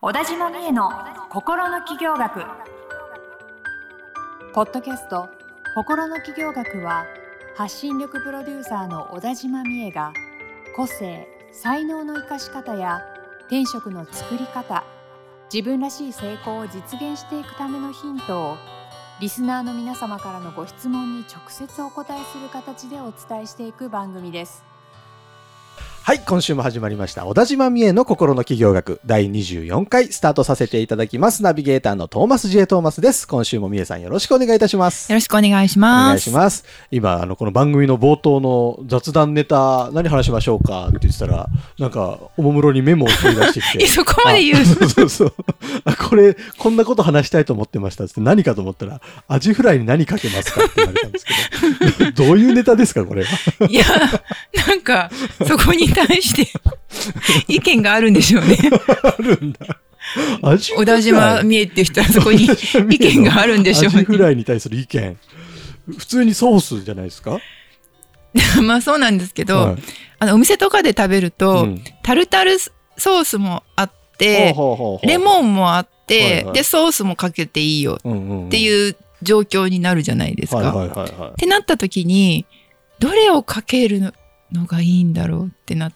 小田島美恵の心の起業学。ポッドキャスト心の起業学は、発信力プロデューサーの小田島美恵が個性、才能の生かし方や転職の作り方、自分らしい成功を実現していくためのヒントをリスナーの皆様からのご質問に直接お答えする形でお伝えしていく番組です。 はい、今週も始まりました小田島美恵の心の起業学第24回スタートさせていただきます。ナビゲーターのトーマス J トーマスです。今週も美恵さんよろしくお願いいたします。 よろしくお願いします。 お願いします。今この番組の冒頭の雑談ネタ何話しましょうかって言ってたら、なんかおもむろにメモを取り出してきてそこまで言うそうこんなこと話したいと思ってましたって何かと思ったら、アジフライに何かけますかって言われたんですけどどういうネタですかこれは。 いや、なんかそこに対して意見があるんでしょうね。 あるんだ。 小田島美恵っていう人はそこに意見があるんでしょうね。 アジフライに対する意見、普通にソースじゃないですか。 まあそうなんですけど、はい、お店とかで食べると、タルタルソースもあって、レモンもあって、でソースもかけていいよっていう状況になるじゃないですか。ってなった時にどれをかけるのがいいんだろうってなって、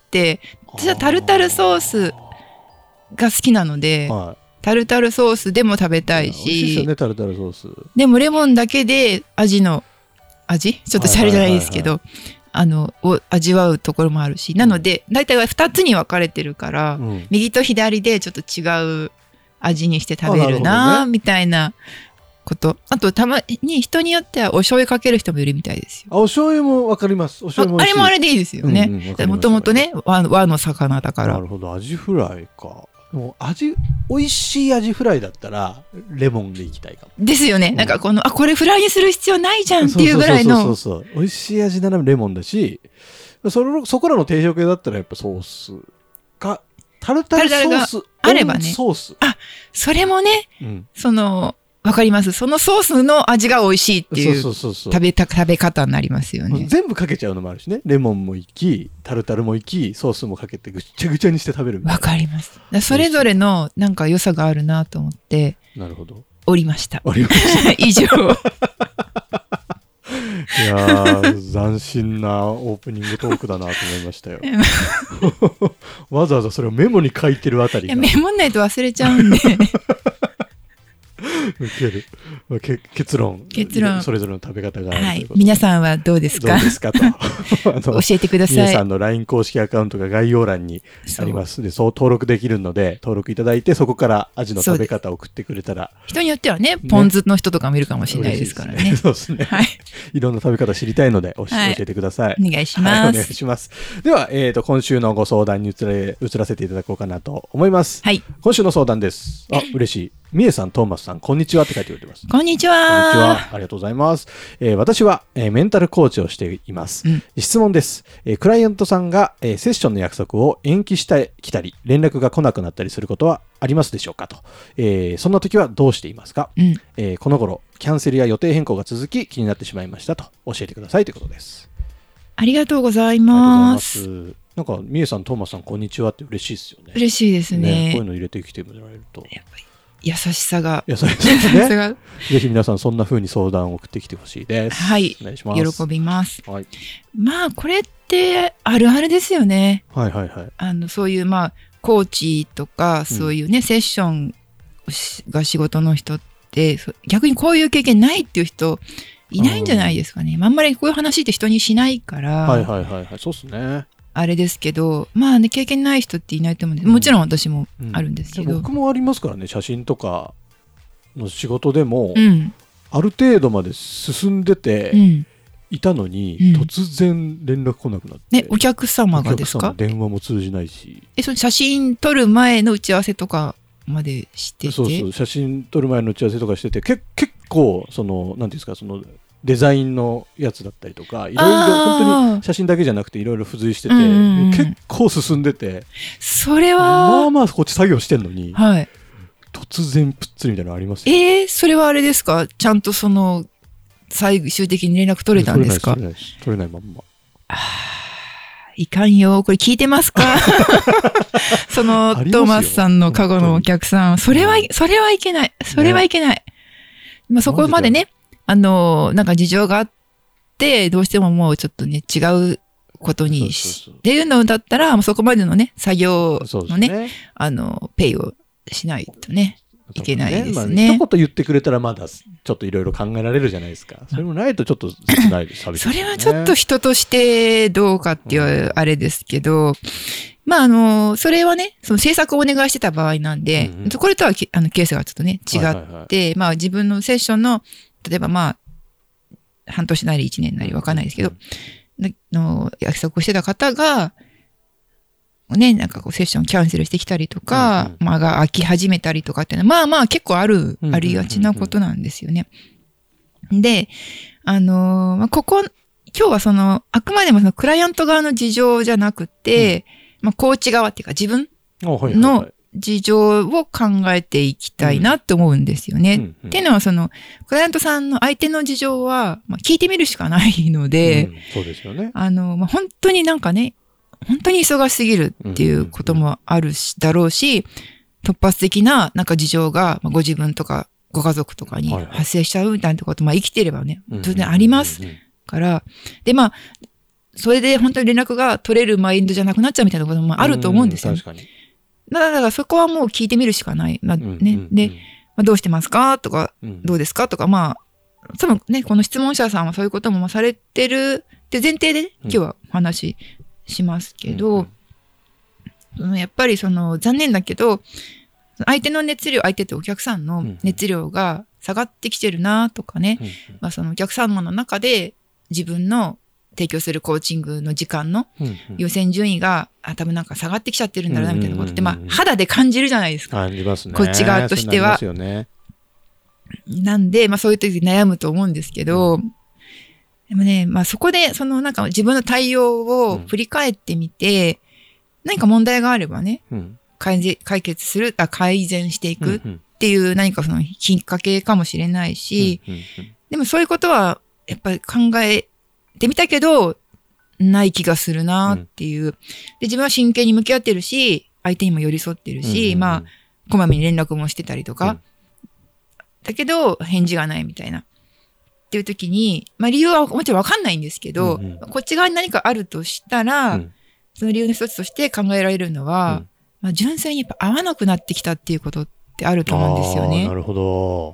私はタルタルソースが好きなので、タルタルソースでも食べたいし、美味しいですよねタルタルソース。でもレモンだけで味ちょっとシャレじゃないですけど、を味わうところもあるし、なので大体は2つに分かれてるから、右と左でちょっと違う味にして食べるなみたいなこと。あとたまに人によってはお醤油かける人もいるみたいですよ。 お醤油も分かります。お醤油もあれもあれでいいですよね。もともとね和の魚だから。 なるほど。アジフライか。もう美味しいアジフライだったらレモンでいきたいかも。 ですよね。なんかこれフライにする必要ないじゃんっていうぐらいの。 そう美味しい味ならレモンだし、そこらの定食屋だったらやっぱソースかタルタルソースあればね。 ソース。 それもね、わかります。そのソースの味が美味しいっていう食べ方になりますよね。 全部かけちゃうのもあるしね。レモンもいき、タルタルもいき、ソースもかけてぐっちゃぐちゃにして食べるみたいな。 わかります。それぞれのなんか良さがあるなと思って。 なるほど。 折りました。以上。 いやー、斬新なオープニングトークだなと思いましたよ。わざわざそれをメモに書いてるあたりが。 メモんないと忘れちゃうんで。 結論それぞれの食べ方があるということで、 皆さんはどうですかと教えてください。 皆さんの LINE 公式アカウントが概要欄にありますので、そう登録できるので登録いただいて、そこからアジの食べ方を送ってくれたら、 人によってはねポン酢の人とかもいるかもしれないですからね。 そうですね、いろんな食べ方知りたいので教えてください。 お願いします。 お願いします。では、今週のご相談に移らせていただこうかなと思います。今週の相談です。嬉しい。美恵さん、トーマスさん、こんにちはって書いてくれてます。 こんにちは。 ありがとうございます。私は、メンタルコーチをしています。質問です。クライアントさんが、セッションの約束を延期してきたり、連絡が来なくなったりすることはありますでしょうかと。そんな時はどうしていますか？この頃、キャンセルや予定変更が続き気になってしまいましたと教えてくださいということです。 ありがとうございます。 なんか、美恵さん、トーマスさん、こんにちはって嬉しいですよね。 嬉しいですね。 こういうの入れてきてもらえると。 やっぱり優しさが。 優しさですね。ぜひ皆さんそんな風に相談を送ってきてほしいです。 はい。 お願いします。 喜びます。まあこれってあるあるですよね。そういうコーチとかそういうね、セッションが仕事の人って逆にこういう経験ないっていう人いないんじゃないですかね。あんまりこういう話って人にしないから。 そうですね。 あれですけど、経験ない人っていないと思うんです。もちろん私もあるんですけど、 僕もありますからね。写真とかの仕事でも、ある程度まで進んでていたのに、突然連絡来なくなって、 お客様がですか？ 電話も通じないし、 その写真撮る前の打ち合わせとかまでしてて、 そう写真撮る前の打ち合わせとかしてて、結構なんていうんですか、デザインのやつだったりとか、いろいろ本当に写真だけじゃなくていろいろ付随してて、結構進んでて、 それはこっち作業してんのに、突然プッツリみたいなのありますよ。 それはあれですか？ちゃんと最終的に連絡取れたんですか？ 取れないまんま。 いかんよ。これ聞いてますかその、トーマスさんの過去のお客さん。それはいけない。それはいけない。まあ、そこまでね、なんか事情があって、どうしてももうちょっとね、違うことにっていうのだったら、もうそこまでのね、作業のね、ペイをしないとね、いけないですね。 一言言ってくれたらまだちょっといろいろ考えられるじゃないですか。それもないとちょっと切ないです。 それはちょっと人としてどうかっていうあれですけど、まあそれはね、その制作をお願いしてた場合なんで、これとはケースがちょっとね、違って、まあ自分のセッションの、例えばまあ、半年なり1年なりわかんないですけど、約束をしてた方が、ね、なんかこうセッションキャンセルしてきたりとか、まあが飽き始めたりとかっていうのは、まあ結構ありがちなことなんですよね。で、まあ、今日はあくまでもそのクライアント側の事情じゃなくて、まあコーチ側っていうか自分の事情を考えていきたいなって思うんですよね。っていうのはクライアントさんの相手の事情は、まあ、聞いてみるしかないので、 そうですよね。 まあ、本当になんかね、本当に忙しすぎるっていうこともあるし、だろうし、突発的ななんか事情が、まあ、ご自分とかご家族とかに発生しちゃうみたいなこと、まあ生きていればね、当然ありますから、で、まあ、それで本当に連絡が取れるマインドじゃなくなっちゃうみたいなこともあると思うんですよ。 確かに。 だからそこはもう聞いてみるしかない。まあね。で、まあ、どうしてますかとか、どうですかとか、まあ、多分ね、この質問者さんはそういうこともされてるって前提で、ね、今日はお話しますけど、やっぱり残念だけど、相手の熱量、相手ってお客さんの熱量が下がってきてるなとかね、まあお客様の中で自分の提供するコーチングの時間の優先順位が、多分なんか下がってきちゃってるんだろうなみたいなことって、まあ肌で感じるじゃないですか。 感じますね。 こっち側としては。なんで、まあそういう時悩むと思うんですけど、でもね、まあそこでなんか自分の対応を振り返ってみて、何か問題があればね、改善していくっていう何かきっかけかもしれないし、でもそういうことはやっぱり考えてみたけど、ない気がするなっていう。で、自分は真剣に向き合ってるし、相手にも寄り添ってるし、まあ、こまめに連絡もしてたりとか、だけど返事がないみたいな。っていう時に、まあ理由はもちろんわかんないんですけど、こっち側に何かあるとしたら、その理由の一つとして考えられるのは、まあ、純粋にやっぱ合わなくなってきたっていうことってあると思うんですよね。 なるほど。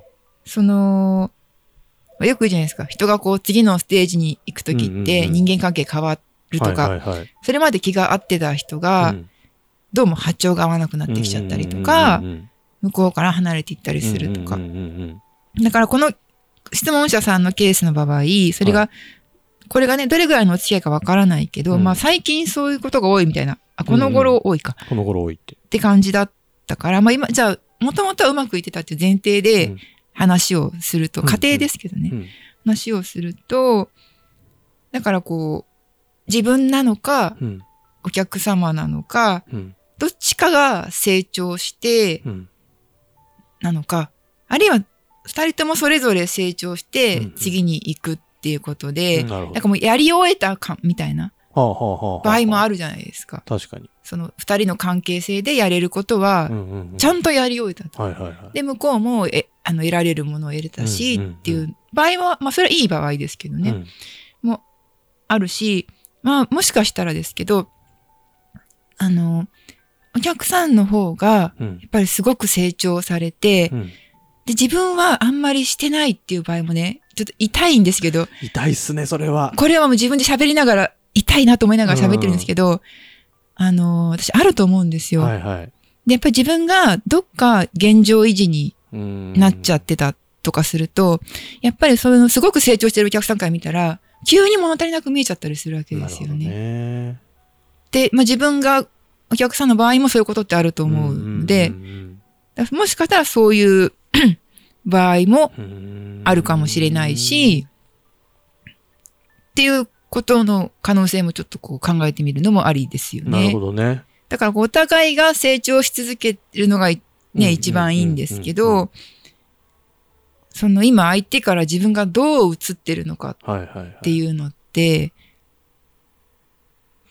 よく言うじゃないですか。人がこう次のステージに行くときって人間関係変わるとか、それまで気が合ってた人が、どうも波長が合わなくなってきちゃったりとか、向こうから離れていったりするとか。だからこの質問者さんのケースの場合、それが、これがね、どれぐらいのお付き合いかわからないけど、まあ最近そういうことが多いみたいな。この頃多いか。 この頃多いって。 って感じだったから、まあ今、じゃあ、もともとはうまくいってたっていう前提で話をすると、家庭ですけどね、話をすると、だからこう、自分なのか、お客様なのか、どっちかが成長して、なのか、あるいは二人ともそれぞれ成長して次に行くっていうことで、なんかもうやり終えたかみたいな場合もあるじゃないですか。 確かに。 二人の関係性でやれることは、ちゃんとやり終えたと。で、向こうも得られるものを得れたし、っていう場合は、まあそれはいい場合ですけどね。もあるし、まあもしかしたらですけど、お客さんの方が、やっぱりすごく成長されて、で、自分はあんまりしてないっていう場合もね、ちょっと痛いんですけど。 痛いっすね、それは。 これはもう自分で喋りながら、痛いなと思いながら喋ってるんですけど、私あると思うんですよ。で、やっぱり自分がどっか現状維持になっちゃってたとかすると、やっぱりすごく成長してるお客さんから見たら、急に物足りなく見えちゃったりするわけですよね。で、まあ自分がお客さんの場合もそういうことってあると思うので、もしかしたらそういう場合もあるかもしれないし、っていうことの可能性もちょっとこう考えてみるのもありですよね。 なるほどね。 だからお互いが成長し続けるのがね、一番いいんですけど、今相手から自分がどう映ってるのかっていうのって、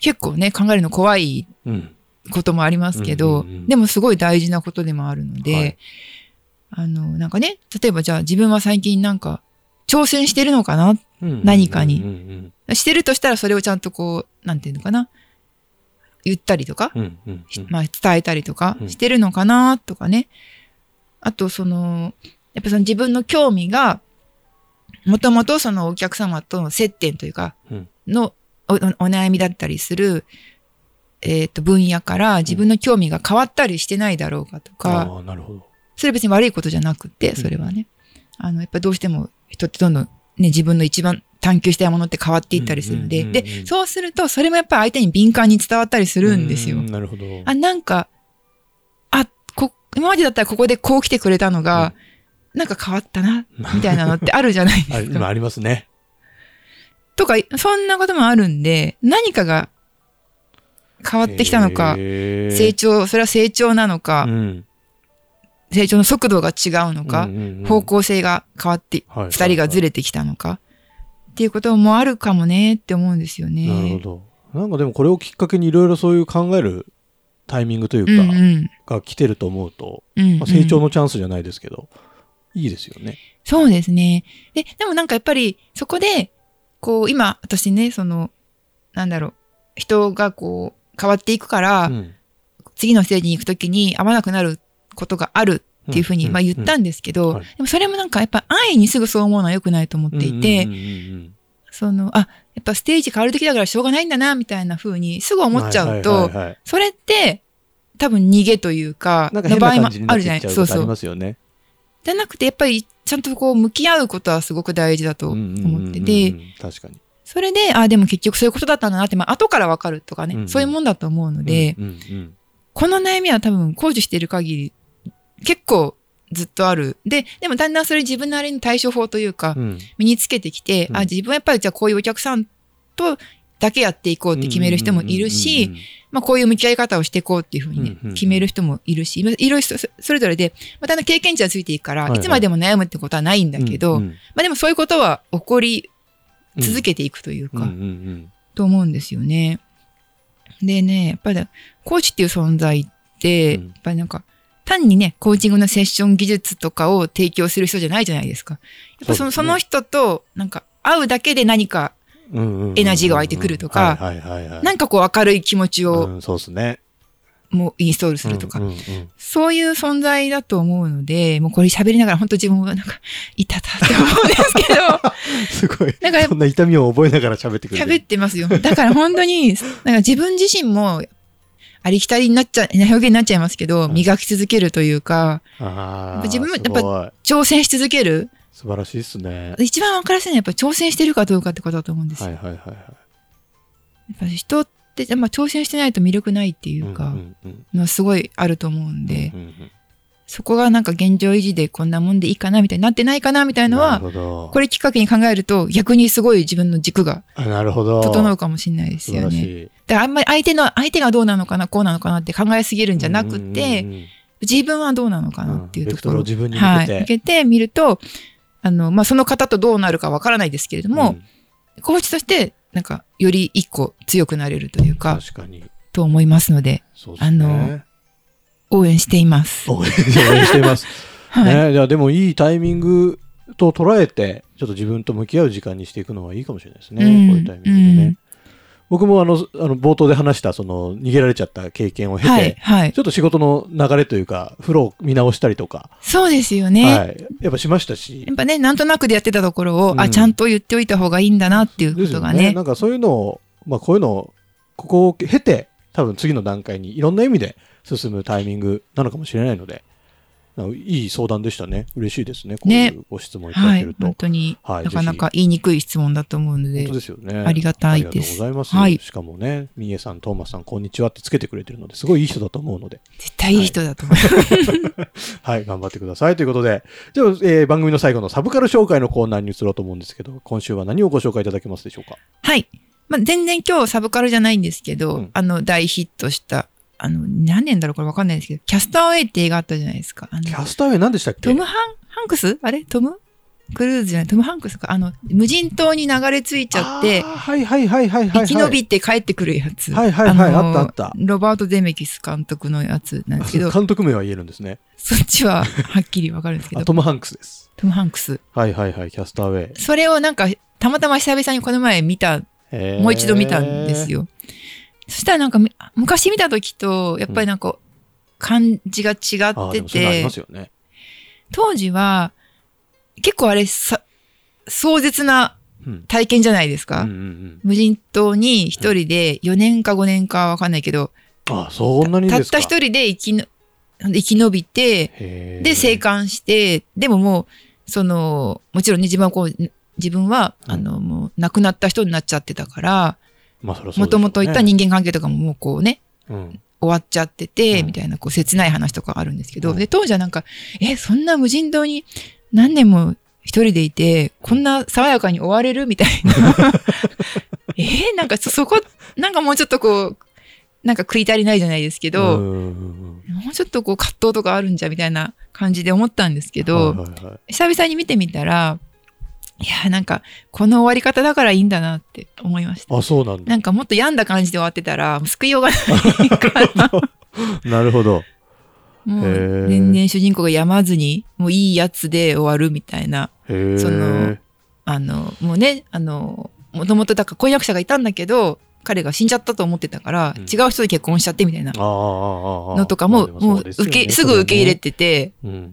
結構ね、考えるの怖いこともありますけど、でもすごい大事なことでもあるので、なんかね、例えばじゃあ自分は最近なんか挑戦してるのかな、何かに。してるとしたらそれをちゃんとこう、なんていうのかな、言ったりとか、まあ伝えたりとかしてるのかなとかね。あとやっぱその自分の興味が、もともとそのお客様との接点というか、のお悩みだったりする、分野から自分の興味が変わったりしてないだろうかとか、 なるほど。 それ別に悪いことじゃなくて、それはね。やっぱどうしても人ってどんどんね、自分の一番探求したいものって変わっていったりするので、で、そうすると、それもやっぱり相手に敏感に伝わったりするんですよ。 なるほど。 なんか、今までだったらここでこう来てくれたのが、なんか変わったな、みたいなのってあるじゃないですか。 今ありますね。 とか、そんなこともあるんで、何かが変わってきたのか、それは成長なのか、成長の速度が違うのか、方向性が変わって、二人がずれてきたのか、っていうこともあるかもねって思うんですよね。 なるほど。なんかでもこれをきっかけにいろいろそういう考えるタイミングというか、が来てると思うと、成長のチャンスじゃないですけど、いいですよね。 そうですね。でもなんかやっぱりそこで、こう今私ね、なんだろう、人がこう変わっていくから、次のステージに行くときに合わなくなることがあるっていうふうに言ったんですけど、でもそれもなんかやっぱ安易にすぐそう思うのは良くないと思っていて、やっぱステージ変わるときだからしょうがないんだな、みたいなふうにすぐ思っちゃうと、それって多分逃げというか、 の場合もあるじゃないですか。そう。 じゃなくてやっぱりちゃんとこう向き合うことはすごく大事だと思ってて、 確かに。 それで、でも結局そういうことだったんだなって、後からわかるとかね、そういうもんだと思うので、この悩みは多分控除している限り、結構ずっとある。でもだんだんそれ自分なりの対処法というか、身につけてきて、自分はやっぱりじゃあこういうお客さんとだけやっていこうって決める人もいるし、こういう向き合い方をしていこうっていうふうにね、決める人もいるし、いろいろそれぞれで、だんだん経験値がついていくから、いつまでも悩むってことはないんだけど、でもそういうことは起こり続けていくというか、と思うんですよね。でね、やっぱりコーチっていう存在って、やっぱりなんか、単にね、コーチングのセッション技術とかを提供する人じゃないじゃないですか。やっぱその人と、なんか、会うだけで何か、エナジーが湧いてくるとか、なんかこう明るい気持ちを、 そうですね。 もうインストールするとか、そういう存在だと思うので、もうこれ喋りながら本当自分もなんか、いたたって思うんですけど。 すごい。そんな痛みを覚えながら喋ってくれる。 喋ってますよ。だから本当に、なんか自分自身も、ありきたりになっちゃう、表現になっちゃいますけど、磨き続けるというか、自分もやっぱ挑戦し続ける。 素晴らしいですね。 一番分からせないのはやっぱ挑戦してるかどうかってことだと思うんですよ。やっぱ人って、挑戦してないと魅力ないっていうか、すごいあると思うんで、そこがなんか現状維持でこんなもんでいいかなみたいになってないかなみたいなのは、これきっかけに考えると逆にすごい自分の軸が整うかもしれないですよね。だからあんまり相手がどうなのかな、こうなのかなって考えすぎるんじゃなくて、自分はどうなのかなっていうところを自分に向けて見ると、その方とどうなるかわからないですけれども、コーチとしてなんかより一個強くなれるというか、と思いますので、応援しています。 応援しています。いやでもいいタイミングと捉えて、ちょっと自分と向き合う時間にしていくのはいいかもしれないですね。こういうタイミングでね。僕も冒頭で話した逃げられちゃった経験を経て、ちょっと仕事の流れというかフローを見直したりとか、 そうですよね。 やっぱしましたし、 やっぱね、なんとなくでやってたところを、ちゃんと言っておいた方がいいんだなっていうことがね。 なんかそういうのを、こういうのをここを経て、多分次の段階にいろんな意味で進むタイミングなのかもしれないので、いい相談でしたね。嬉しいですね。こういうご質問いただけると。 本当に、なかなか言いにくい質問だと思うので、 本当ですよね。 ありがたいです。 ありがとうございます。しかもね、みえさん、トーマスさん、こんにちはってつけてくれてるので、すごいいい人だと思うので。 絶対いい人だと思います。 はい、頑張ってください。ということで、じゃあ、番組の最後のサブカル紹介のコーナーに移ろうと思うんですけど、今週は何をご紹介いただけますでしょうか。 はい。全然今日サブカルじゃないんですけど、大ヒットした、何年だろうこれわかんないですけど、キャスターウェイって映画あったじゃないですか。 キャスターウェイ何でしたっけ？ トム・ハンクスあれトムクルーズじゃない、トム・ハンクスか、無人島に流れ着いちゃって、生き延びて帰ってくるやつ。 あった。 ロバート・ゼメキス監督のやつなんですけど。 監督名は言えるんですね。 そっちははっきりわかるんですけど。 トム・ハンクスです。 トム・ハンクス。 キャスターウェイ。 それをなんか、たまたま久々にこの前もう一度見たんですよ。そしたらなんか、昔見た時と、やっぱりなんか、感じが違ってて、 ありますよね。 当時は、結構あれ壮絶な体験じゃないですか。無人島に一人で4年か5年かわかんないけど、 そんなにですか。 たった一人で生き延びて、で生還して、でももう、もちろんね、自分は、もう亡くなった人になっちゃってたから、もともといった人間関係とかももうこうね、終わっちゃってて、みたいなこう切ない話とかあるんですけど、で、当時はなんか、そんな無人島に何年も一人でいて、こんな爽やかに終われるみたいな。なんかそこ、なんかもうちょっとこう、なんか食い足りないじゃないですけど、もうちょっとこう葛藤とかあるんじゃみたいな感じで思ったんですけど、久々に見てみたら、いや、なんか、この終わり方だからいいんだなって思いました。 そうなんだ。 なんかもっと病んだ感じで終わってたら、救いようがないから。 なるほど。 もう、全然主人公が病まずに、もういいやつで終わるみたいな。もうね、もともとだから婚約者がいたんだけど、彼が死んじゃったと思ってたから、違う人と結婚しちゃってみたいなのとかも、もうすぐ受け入れてて、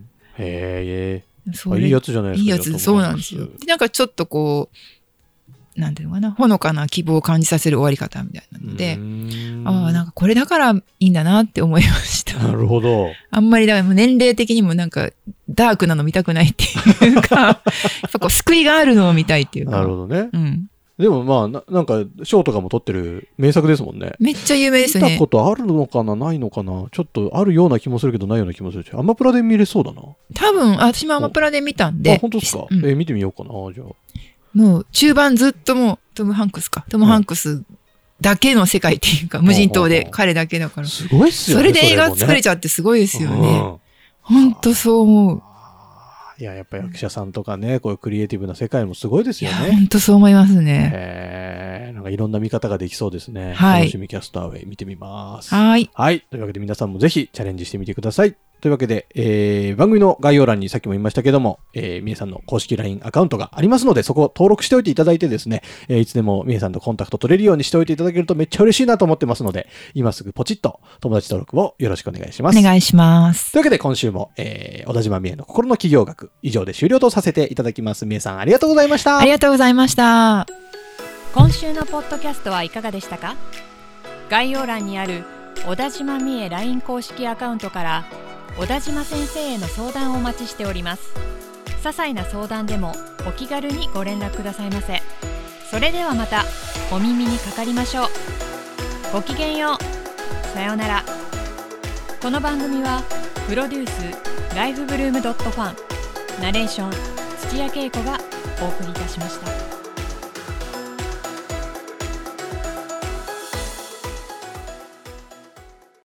いいやつじゃないですか。 いいやつ、そうなんですよ。なんかちょっとこう、なんていうのかな、ほのかな希望を感じさせる終わり方みたいなので、なんかこれだからいいんだなって思いました。 なるほど。 あんまりだから年齢的にもなんかダークなの見たくないっていうか、やっぱこう救いがあるのを見たいっていうか。 なるほどね。でもなんか賞とかも取ってる名作ですもんね。 めっちゃ有名ですよね。 見たことあるのかな、ないのかな。ちょっとあるような気もするけどないような気もするし、アマプラで見れそうだな。 多分、私もアマプラで見たんで。 本当ですか。見てみようかな、じゃあ。 もう中盤ずっともうトム・ハンクスだけの世界っていうか、無人島で彼だけだから。 すごいっすよね。 それで映画作れちゃってすごいですよね。本当そう思う。 やっぱ役者さんとかね、こういうクリエイティブな世界もすごいですよね。 本当そう思いますね。 なんかいろんな見方ができそうですね。楽しみキャスターウェイ見てみます。 はい。 というわけで皆さんもぜひチャレンジしてみてください。というわけで、番組の概要欄にさっきも言いましたけども、みえさんの公式 LINE アカウントがありますので、そこを登録しておいていただいてですね、いつでもみえさんとコンタクト取れるようにしておいていただけるとめっちゃ嬉しいなと思ってますので、今すぐポチッと友達登録をよろしくお願いします。 お願いします。 というわけで今週も、小田島みえの心の企業学、以上で終了とさせていただきます。みえさんありがとうございました。 ありがとうございました。 今週のポッドキャストはいかがでしたか？概要欄にある小田島みえ LINE 公式アカウントから小田島先生への相談をお待ちしております。些細な相談でもお気軽にご連絡くださいませ。それではまたお耳にかかりましょう。ごきげんよう。さようなら。この番組はプロデュースライフブルームドットファン、ナレーション土屋恵子がお送りいたしました。